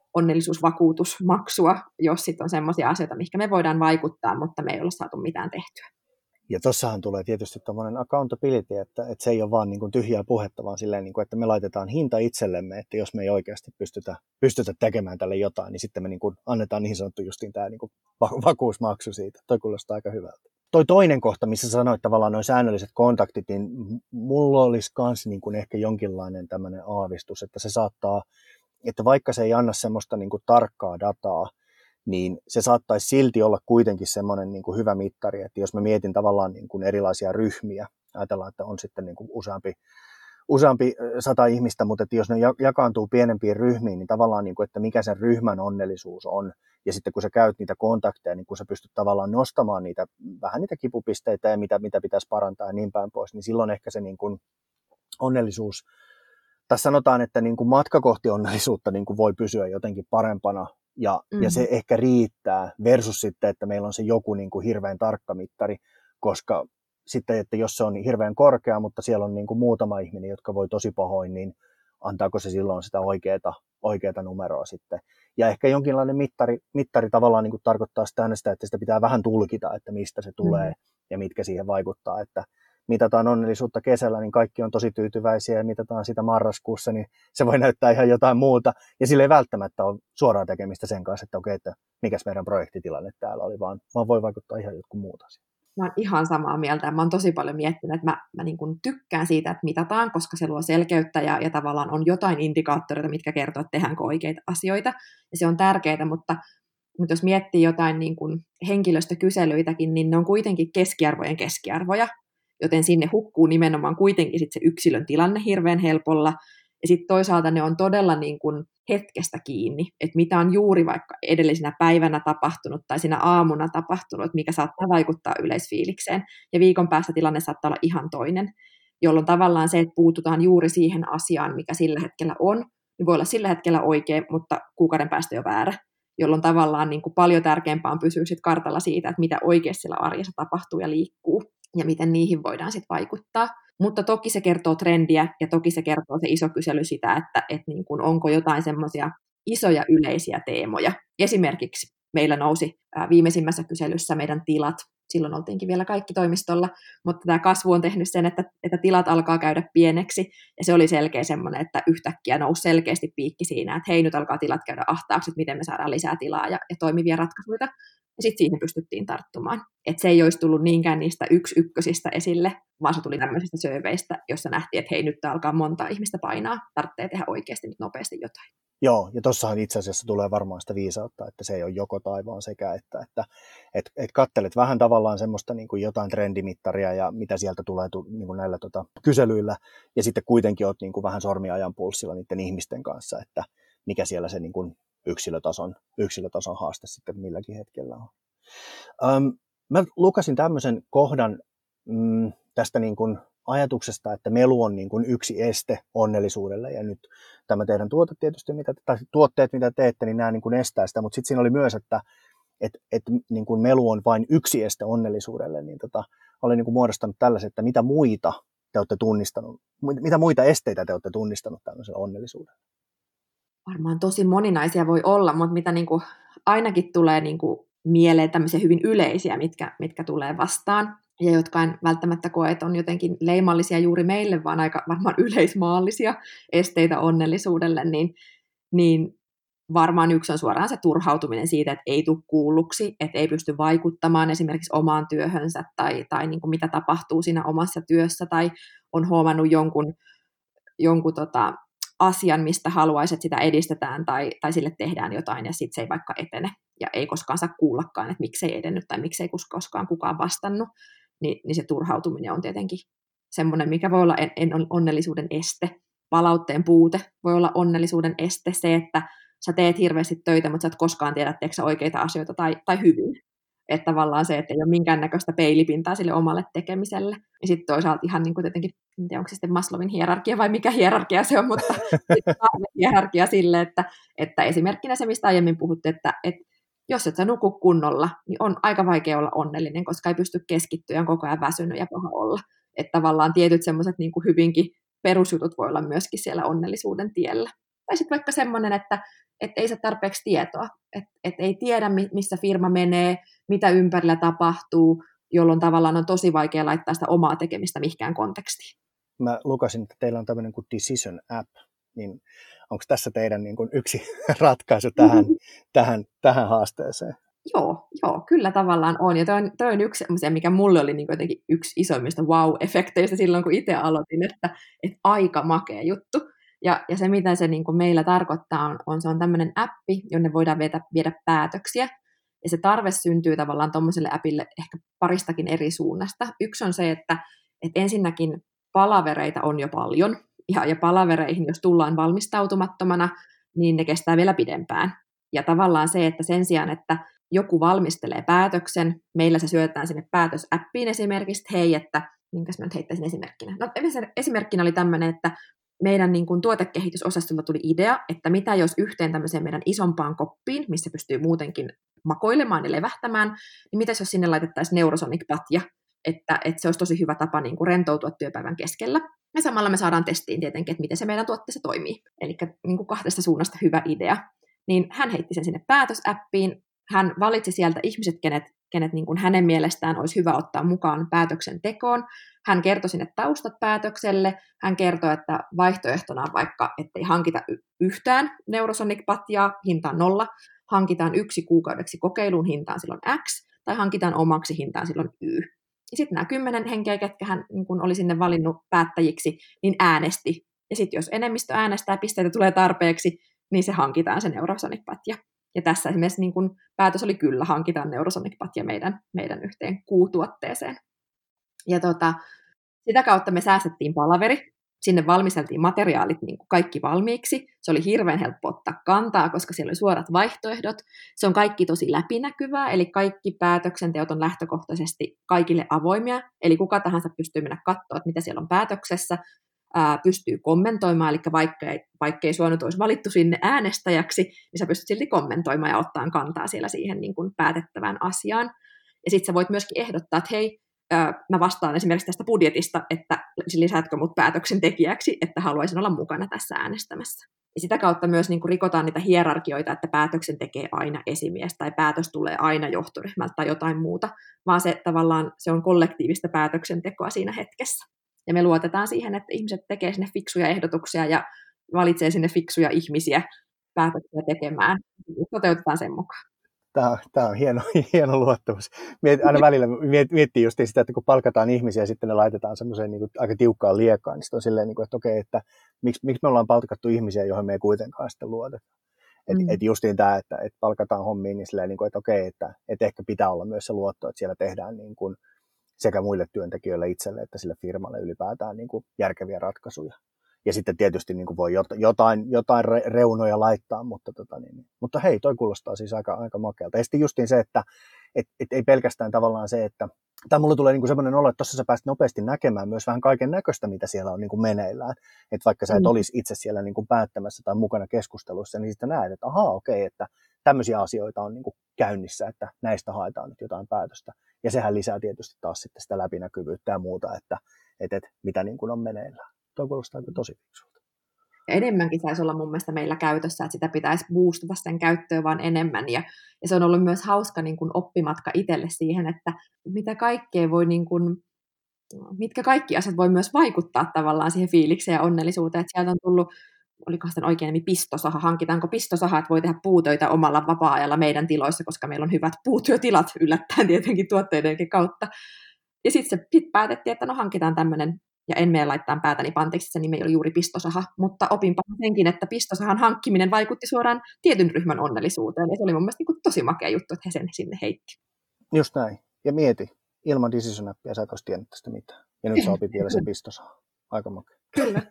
onnellisuusvakuutusmaksua, jos sitten on sellaisia asioita, mihinkä me voidaan vaikuttaa, mutta me ei olla saatu mitään tehtyä. Ja tossahan tulee tietysti tämmöinen accountability, että, että se ei ole vaan niin kuin tyhjää puhetta, vaan silleen, niin kuin, että me laitetaan hinta itsellemme, että jos me ei oikeasti pystytä, pystytä tekemään tälle jotain, niin sitten me niin kuin annetaan niin sanottu justiin tämä niin kuin vakuusmaksu siitä. Toi kuulostaa aika hyvältä. Toi toinen kohta, missä sanoit tavallaan nuo säännölliset kontaktit, niin mulla olisi myös niin kuin ehkä jonkinlainen tämmöinen aavistus, että se saattaa, että vaikka se ei anna semmoista niin kuin tarkkaa dataa, niin se saattaisi silti olla kuitenkin semmoinen niin kuin hyvä mittari, että jos mä mietin tavallaan niin kuin erilaisia ryhmiä, ajatellaan, että on sitten niin kuin useampi, useampi sata ihmistä, mutta että jos ne jakaantuu pienempiin ryhmiin, niin tavallaan, niin kuin, että mikä sen ryhmän onnellisuus on, ja sitten kun sä käyt niitä kontakteja, niin kun sä pystyt tavallaan nostamaan niitä, vähän niitä kipupisteitä ja mitä, mitä pitäisi parantaa ja niin päin pois, niin silloin ehkä se niin kuin onnellisuus, tässä sanotaan, että niin kuin matka kohti onnellisuutta niin kuin voi pysyä jotenkin parempana Ja, Mm. ja se ehkä riittää versus sitten, että meillä on se joku niin kuin hirveän tarkka mittari, koska sitten, että jos se on hirveän korkea, mutta siellä on niin kuin muutama ihminen, jotka voi tosi pahoin, niin antaako se silloin sitä oikeaa, oikeaa numeroa sitten. Ja ehkä jonkinlainen mittari, mittari tavallaan niin kuin tarkoittaa sitä, että sitä pitää vähän tulkita, että mistä se tulee mm. ja mitkä siihen vaikuttaa. Että mitataan onnellisuutta kesällä, niin kaikki on tosi tyytyväisiä, ja mitataan sitä marraskuussa, niin se voi näyttää ihan jotain muuta. Ja sillä ei välttämättä ole suoraa tekemistä sen kanssa, että okei, että mikäs meidän projektitilanne täällä oli, vaan, vaan voi vaikuttaa ihan jotkut muut asiat. Mä oon ihan samaa mieltä. Mä oon tosi paljon miettinyt, että mä, mä niin kuin tykkään siitä, että mitataan, koska se luo selkeyttä ja, ja tavallaan on jotain indikaattoreita, mitkä kertoo, että tehdäänkö oikeita asioita. Ja se on tärkeää, mutta, mutta jos miettii jotain niin kuin henkilöstökyselyitäkin, niin ne on kuitenkin keskiarvojen keskiarvoja, joten sinne hukkuu nimenomaan kuitenkin sit se yksilön tilanne hirveän helpolla. Ja sitten toisaalta ne on todella niin kuin hetkestä kiinni, että mitä on juuri vaikka edellisenä päivänä tapahtunut tai siinä aamuna tapahtunut, että mikä saattaa vaikuttaa yleisfiilikseen. Ja viikon päästä tilanne saattaa olla ihan toinen, jolloin tavallaan se, että puututaan juuri siihen asiaan, mikä sillä hetkellä on, niin voi olla sillä hetkellä oikein, mutta kuukauden päästä jo väärä, jolloin tavallaan niin kuin paljon tärkeämpää on pysyä sit kartalla siitä, että mitä oikeasti siellä arjessa tapahtuu ja liikkuu, ja miten niihin voidaan sitten vaikuttaa. Mutta toki se kertoo trendiä, ja toki se kertoo se iso kysely sitä, että, että niin kuin onko jotain semmoisia isoja yleisiä teemoja. Esimerkiksi meillä nousi viimeisimmässä kyselyssä meidän tilat. Silloin oltiinkin vielä kaikki toimistolla, mutta tämä kasvu on tehnyt sen, että, että tilat alkaa käydä pieneksi, ja se oli selkeä semmoinen, että yhtäkkiä nousi selkeästi piikki siinä, että hei, nyt alkaa tilat käydä ahtaaksi, että miten me saadaan lisää tilaa ja, ja toimivia ratkaisuja. Ja sitten siihen pystyttiin tarttumaan. Että se ei olisi tullut niinkään niistä yksi ykkösistä esille, vaan se tuli tämmöisistä sööveistä, jossa nähtiin, että hei, nyt alkaa monta ihmistä painaa, tarvitsee tehdä oikeasti nyt nopeasti jotain. Joo, ja tuossahan itse asiassa tulee varmaan sitä viisautta, että se ei ole joko tai vaan sekä, että, että et, et kattelet vähän tavallaan semmoista niin kuin jotain trendimittaria ja mitä sieltä tulee niin kuin näillä tota, kyselyillä, ja sitten kuitenkin olet niin kuin vähän sormiajan pulssilla niiden ihmisten kanssa, että mikä siellä se niin kuin yksilötason, yksilötason haaste sitten milläkin hetkellä on. Öm, mä lukasin tämmöisen kohdan mm, tästä niin kuin ajatuksesta, että melu on niin kuin yksi este onnellisuudelle, ja nyt tämä teidän tuote tietysti, mitä, tai tuotteet, mitä teette, niin nämä niin kuin estää sitä, mutta sitten siinä oli myös, että et, et, niin kuin melu on vain yksi este onnellisuudelle, niin tota, olen niin kuin muodostanut tällaisen, että mitä muita te olette tunnistanut, mitä muita esteitä te olette tunnistanut tämmöiselle onnellisuudelle? Varmaan tosi moninaisia voi olla, mutta mitä niin kuin ainakin tulee niin kuin mieleen tämmöisiä hyvin yleisiä, mitkä, mitkä tulee vastaan, ja jotka en välttämättä koe, että on jotenkin leimallisia juuri meille, vaan aika varmaan yleismaallisia esteitä onnellisuudelle, niin, niin varmaan yksi on suoraan se turhautuminen siitä, että ei tule kuulluksi, että ei pysty vaikuttamaan esimerkiksi omaan työhönsä, tai, tai niin kuin mitä tapahtuu siinä omassa työssä, tai on huomannut jonkun, jonkun tota, asian, mistä haluaisi, että sitä edistetään, tai, tai sille tehdään jotain, ja sitten se ei vaikka etene, ja ei koskaan saa kuullakaan, että miksi ei edennyt, tai miksi ei koskaan kukaan vastannut. Niin, niin se turhautuminen on tietenkin semmoinen, mikä voi olla en, en onnellisuuden este. Palautteen puute voi olla onnellisuuden este. Se, että sä teet hirveästi töitä, mutta sä et koskaan tiedä, teekö sä oikeita asioita tai, tai hyvin. Että tavallaan se, että ei ole minkäännäköistä peilipintaa sille omalle tekemiselle. Ja sitten toisaalta ihan niin kuin tietenkin, en tiedä, onko se sitten Maslowin hierarkia vai mikä hierarkia se on, mutta hierarkia sille, että, että esimerkkinä se, mistä aiemmin puhuttiin, että, että jos et sä nuku kunnolla, niin on aika vaikea olla onnellinen, koska ei pysty keskittyä ja on koko ajan väsynyt ja paha olla. Että tavallaan tietyt semmoiset niin kuin hyvinkin perusjutut voi olla myöskin siellä onnellisuuden tiellä. Tai sitten vaikka semmoinen, että et ei saa tarpeeksi tietoa, että et ei tiedä, missä firma menee, mitä ympärillä tapahtuu, jolloin tavallaan on tosi vaikea laittaa sitä omaa tekemistä mihinkään kontekstiin. Mä lukasin, että teillä on tämmöinen kuin Decision App, niin onko tässä teidän niin kuin yksi ratkaisu tähän, tähän, tähän haasteeseen? Joo, joo, kyllä tavallaan on. Ja toi on, toi on yksi semmoisia, mikä mulle oli niin jotenkin yksi isoimmista wow-efekteistä silloin, kun itse aloitin, että, että aika makea juttu. Ja, ja se, mitä se niin kuin meillä tarkoittaa, on, on, se on tämmöinen appi, jonne voidaan viedä, viedä päätöksiä. Ja se tarve syntyy tavallaan tuommoiselle appille ehkä paristakin eri suunnasta. Yksi on se, että, että ensinnäkin palavereita on jo paljon. Ja, ja palavereihin, jos tullaan valmistautumattomana, niin ne kestää vielä pidempään. Ja tavallaan se, että sen sijaan, että joku valmistelee päätöksen, meillä se syötetään sinne päätösäppiin esimerkiksi, että hei, että minkäs mä nyt heittäisin esimerkkinä. No esimerkkinä oli tämmöinen, että meidän niin kuin tuotekehitysosastolla tuli idea, että mitä jos yhteen tämmöiseen meidän isompaan koppiin, missä pystyy muutenkin makoilemaan ja levähtämään, niin mitä jos sinne laitettaisiin Neurosonic-patja, että, että se olisi tosi hyvä tapa niin kuin rentoutua työpäivän keskellä. Ja samalla me saadaan testiin tietenkin, että miten se meidän tuotteessa toimii. Eli niin kuin kahdesta suunnasta hyvä idea. Niin hän heitti sen sinne päätösäppiin. Hän valitsi sieltä ihmiset, kenet, kenet niin kuin hänen mielestään olisi hyvä ottaa mukaan päätöksentekoon. Hän kertoi sinne taustat päätökselle. Hän kertoi, että vaihtoehtona on vaikka, ettei hankita yhtään Neurosonic-patjaa, hintaan nolla, hankitaan yksi kuukaudeksi kokeiluun, hintaan silloin X, tai hankitaan omaksi, hintaan silloin Y. Ja sitten nämä kymmenen henkeä, ketkä hän niin kun oli sinne valinnut päättäjiksi, niin äänesti. Ja sitten jos enemmistö äänestää, pisteitä tulee tarpeeksi, niin se hankitaan se Neurosonic-patja. Ja tässä esimerkiksi niin kun päätös oli kyllä, hankitaan Neurosonic-patja meidän, meidän yhteen kuutuotteeseen. Ja tota, sitä kautta me säästettiin palaveri. Sinne valmisteltiin materiaalit niin kuin kaikki valmiiksi. Se oli hirveän helppo ottaa kantaa, koska siellä oli suorat vaihtoehdot. Se on kaikki tosi läpinäkyvää, eli kaikki päätöksenteot on lähtökohtaisesti kaikille avoimia. Eli kuka tahansa pystyy mennä katsoa, että mitä siellä on päätöksessä, ää, pystyy kommentoimaan, eli vaikka ei, vaikka ei sua nyt olisi valittu sinne äänestäjäksi, niin sä pystyt silti kommentoimaan ja ottaa kantaa siellä siihen niin kuin päätettävään asiaan. Ja sitten sä voit myöskin ehdottaa, että hei, mä vastaan esimerkiksi tästä budjetista, että lisäätkö mut päätöksentekijäksi, että haluaisin olla mukana tässä äänestämässä. Ja sitä kautta myös niin kuin rikotaan niitä hierarkioita, että päätöksen tekee aina esimies tai päätös tulee aina johtoryhmältä tai jotain muuta, vaan se tavallaan se on kollektiivista päätöksentekoa siinä hetkessä. Ja me luotetaan siihen, että ihmiset tekee sinne fiksuja ehdotuksia ja valitsee sinne fiksuja ihmisiä päätöksiä tekemään. Toteutetaan sen mukaan. Tämä on, tämä on hieno, hieno luottamus. Miet, aina välillä miet, miettii just sitä, että kun palkataan ihmisiä ja sitten ne laitetaan semmoiseen niin kuin aika tiukkaan liekaan, niin sitten on silleen, niin kuin, että okei, että miksi, miksi me ollaan palkattu ihmisiä, joihin me ei kuitenkaan sitten luoteta. Että mm. et justiin tämä, että, että palkataan hommiin, niin silleen, niin kuin, että okei, että, että ehkä pitää olla myös se luotto, että siellä tehdään niin kuin sekä muille työntekijöille itselle että sille firmalle ylipäätään niin kuin järkeviä ratkaisuja. Ja sitten tietysti niin kuin voi jotain, jotain reunoja laittaa, mutta, tota niin, mutta hei, toi kuulostaa siis aika, aika makealta. Ja sitten justiin se, että et, et ei pelkästään tavallaan se, että tai mulle tulee niin kuin semmoinen olo, että tuossa sä pääsit nopeasti näkemään myös vähän kaiken näköistä, mitä siellä on niin kuin meneillään. Että vaikka sä et olisi itse siellä niin kuin päättämässä tai mukana keskustelussa, niin sitten näet, että ahaa, okei, että tämmöisiä asioita on niin kuin käynnissä, että näistä haetaan nyt jotain päätöstä. Ja sehän lisää tietysti taas sitten sitä läpinäkyvyyttä ja muuta, että et, et, mitä niin kuin on meneillään. Tuo kuulostaa tosi fiksulta. Enemmänkin saisi olla mun mielestä meillä käytössä, että sitä pitäisi boostata sen käyttöön vaan enemmän. Ja, ja se on ollut myös hauska niin kuin oppimatka itselle siihen, että mitä kaikkea voi, niin kuin, mitkä kaikki asiat voi myös vaikuttaa tavallaan siihen fiilikseen ja onnellisuuteen. Että sieltä on tullut, oliko sitten oikein nimi pistosaha, hankitaanko pistosaha, että voi tehdä puutöitä omalla vapaa-ajalla meidän tiloissa, koska meillä on hyvät puutyötilat yllättäen tietenkin tuotteidenkin kautta. Ja sitten se sit päätettiin, että no hankitaan tämmöinen, ja en mene laittaa päätäni pantiksi, se nimi oli juuri pistosaha, mutta opinpa senkin, että pistosahan hankkiminen vaikutti suoraan tietyn ryhmän onnellisuuteen, ja se oli mun mielestä niin tosi makea juttu, että he sen sinne heitti. Just näin. Ja mieti, ilman decision-appia sä et olisi tiennyt tästä mitään. Ja nyt sä opit vielä sen pistosahan. Aika makea. Kyllä.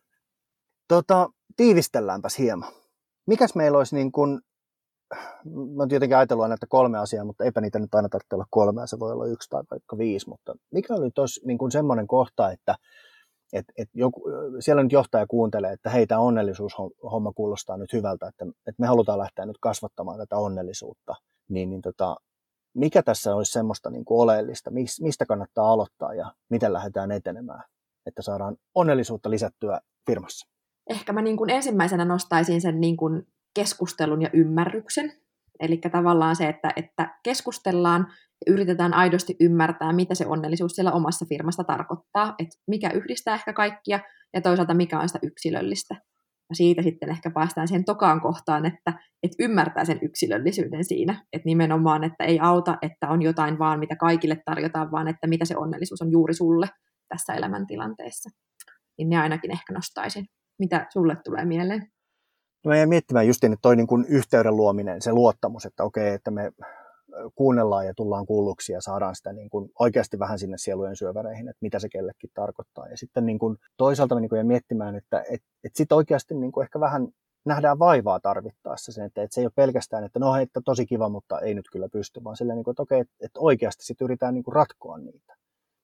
Tota, tiivistelläänpäs hieman. Mikäs meillä olisi niin kuin, mä oon tietenkin ajatellut aina, että kolme asiaa, mutta eipä niitä nyt aina tarvitse olla kolmea, se voi olla yksi tai vaikka viisi, mutta mikä oli tuossa niin kuin semmoinen kohta, että Et, et joku, siellä nyt johtaja kuuntelee, että hei, tämä onnellisuushomma kuulostaa nyt hyvältä, että, että me halutaan lähteä nyt kasvattamaan tätä onnellisuutta. Niin, niin tota, mikä tässä olisi semmoista niin kuin oleellista, mistä kannattaa aloittaa ja miten lähdetään etenemään, että saadaan onnellisuutta lisättyä firmassa? Ehkä mä niin kuin ensimmäisenä nostaisin sen niin kuin keskustelun ja ymmärryksen. Eli tavallaan se, että, että keskustellaan ja yritetään aidosti ymmärtää, mitä se onnellisuus siellä omassa firmassa tarkoittaa, että mikä yhdistää ehkä kaikkia ja toisaalta mikä on sitä yksilöllistä. Ja siitä sitten ehkä päästään siihen tokaan kohtaan, että, että ymmärtää sen yksilöllisyyden siinä, että nimenomaan, että ei auta, että on jotain vaan, mitä kaikille tarjotaan, vaan että mitä se onnellisuus on juuri sulle tässä elämäntilanteessa. Niin ne ainakin ehkä nostaisin. Mitä sulle tulee mieleen? Mä jäin miettimään justiin, että toi niin kuin yhteyden luominen, se luottamus, että okei, että me kuunnellaan ja tullaan kuulluksi ja saadaan sitä niin kuin oikeasti vähän sinne sielujen syöväreihin, että mitä se kellekin tarkoittaa. Ja sitten niin kuin toisaalta mä niin kuin jäin miettimään, että et, et sitten oikeasti niin kuin ehkä vähän nähdään vaivaa tarvittaessa sen, että, että se ei ole pelkästään, että no hei, että tosi kiva, mutta ei nyt kyllä pysty, vaan silleen, niin kuin, että okei, että, että oikeasti sitten yritetään niin kuin ratkoa niitä.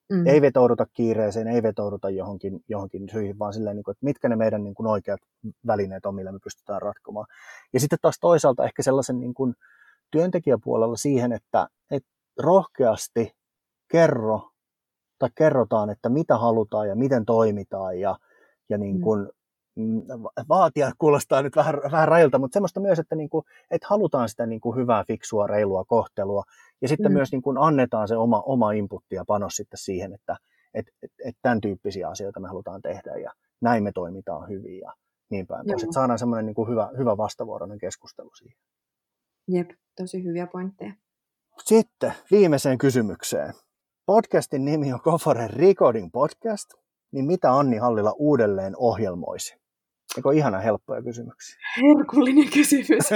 Mm. Ei vetouduta kiireeseen, ei vetouduta johonkin, johonkin syihin, vaan silleen, että mitkä ne meidän niin kuin oikeat välineet on, millä me pystytään ratkomaan. Ja sitten taas toisaalta ehkä sellaisen niin kuin työntekijäpuolella siihen, että, että rohkeasti kerro tai kerrotaan, että mitä halutaan ja miten toimitaan ja, ja niin kuin, mm. vaatia kuulostaa nyt vähän, vähän rajulta, mutta semmoista myös, että, niin kuin, että halutaan sitä niin kuin hyvää, fiksua, reilua kohtelua ja sitten mm. myös niin kuin annetaan se oma, oma inputti ja panos sitten siihen, että et, et, et tämän tyyppisiä asioita me halutaan tehdä ja näin me toimitaan hyvin ja niin päin pois. Että saadaan semmoinen niin kuin hyvä, hyvä vastavuoroinen keskustelu siihen. Jep, tosi hyviä pointteja. Sitten viimeiseen kysymykseen. Podcastin nimi on Gofore Recording Podcast, niin mitä Anni Hallila uudelleen ohjelmoisi? Eikö ole ihana helppoja kysymyksiä? Herkullinen kysymys.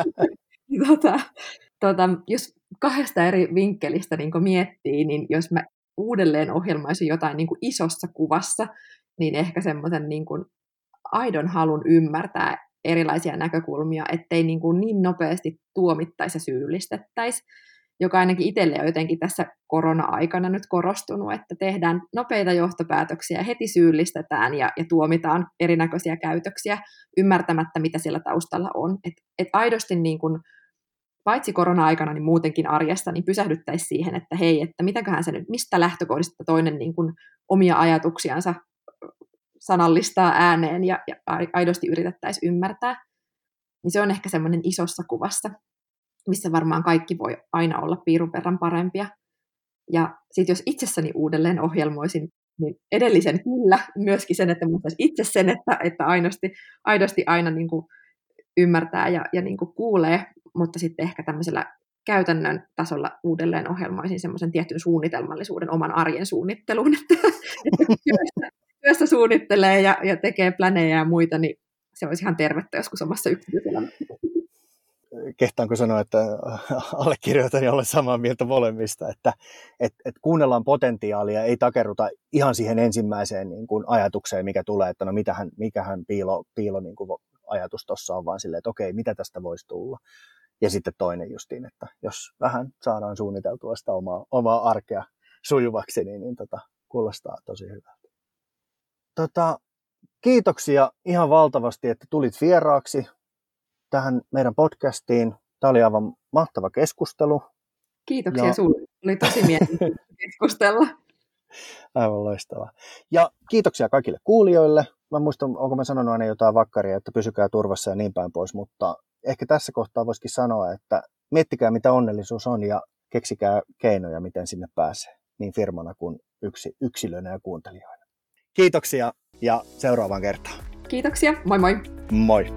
tota, tota, jos kahdesta eri vinkkelistä niin miettii, niin jos mä uudelleen ohjelmaisin jotain niin isossa kuvassa, niin ehkä semmoisen niin aidon halun ymmärtää erilaisia näkökulmia, ettei niin, niin nopeasti tuomittaisi ja syyllistettäisi, joka ainakin itselle on jotenkin tässä korona-aikana nyt korostunut, että tehdään nopeita johtopäätöksiä, heti syyllistetään ja, ja tuomitaan erinäköisiä käytöksiä ymmärtämättä, mitä siellä taustalla on. Et, et aidosti niin kun, paitsi korona-aikana, niin muutenkin arjesta, niin pysähdyttäisiin siihen, että hei, että mitäköhän se nyt, mistä lähtökohdista toinen niin kun, omia ajatuksiansa sanallistaa ääneen ja, ja aidosti yritettäisiin ymmärtää. Niin se on ehkä semmoinen isossa kuvassa, missä varmaan kaikki voi aina olla piirun verran parempia. Ja sitten jos itsessäni uudelleen ohjelmoisin, niin edellisen kyllä, myöskin sen, että muistaisi itse sen, että, että aidosti, aidosti aina niin kuin ymmärtää ja, ja niin kuin kuulee, mutta sitten ehkä tämmöisellä käytännön tasolla uudelleen ohjelmoisin semmoisen tietyn suunnitelmallisuuden oman arjen suunnitteluun, että, että kun työssä, työssä suunnittelee ja, ja tekee planeja ja muita, niin se olisi ihan tervettä joskus omassa yksityiselämässä. Kehtaanko sanoa, että allekirjoitan ja olen samaa mieltä molemmista, että et, et kuunnellaan potentiaalia, ei takerruta ihan siihen ensimmäiseen niin kuin ajatukseen, mikä tulee, että no mitähän, mikähän piilo, piilo niin kuin ajatus tuossa on, vaan silleen, että okei, mitä tästä voisi tulla. Ja sitten toinen justiin, että jos vähän saadaan suunniteltua sitä omaa, omaa arkea sujuvaksi, niin, niin tota, kuulostaa tosi hyvältä. Tota, kiitoksia ihan valtavasti, että tulit vieraaksi tähän meidän podcastiin. Tämä oli aivan mahtava keskustelu. Kiitoksia ja... sinulle. Oli tosi mielenkiintoista keskustella. Aivan loistavaa. Ja kiitoksia kaikille kuulijoille. Mä muistan, onko mä sanonut aina jotain vakkaria, että pysykää turvassa ja niin päin pois, mutta ehkä tässä kohtaa voisikin sanoa, että miettikää mitä onnellisuus on ja keksikää keinoja, miten sinne pääsee, niin firmana kuin yksi, yksilönä ja kuuntelijoina. Kiitoksia ja seuraavaan kertaan. Kiitoksia. Moi moi. Moi.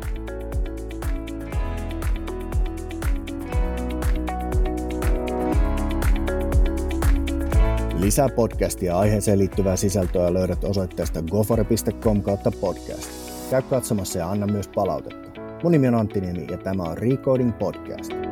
Lisää podcastia aiheeseen liittyvää sisältöä löydät osoitteesta gofore piste com kautta podcast. Käy katsomassa ja anna myös palautetta. Mun nimi on Antti Niemi ja tämä on Recoding Podcast.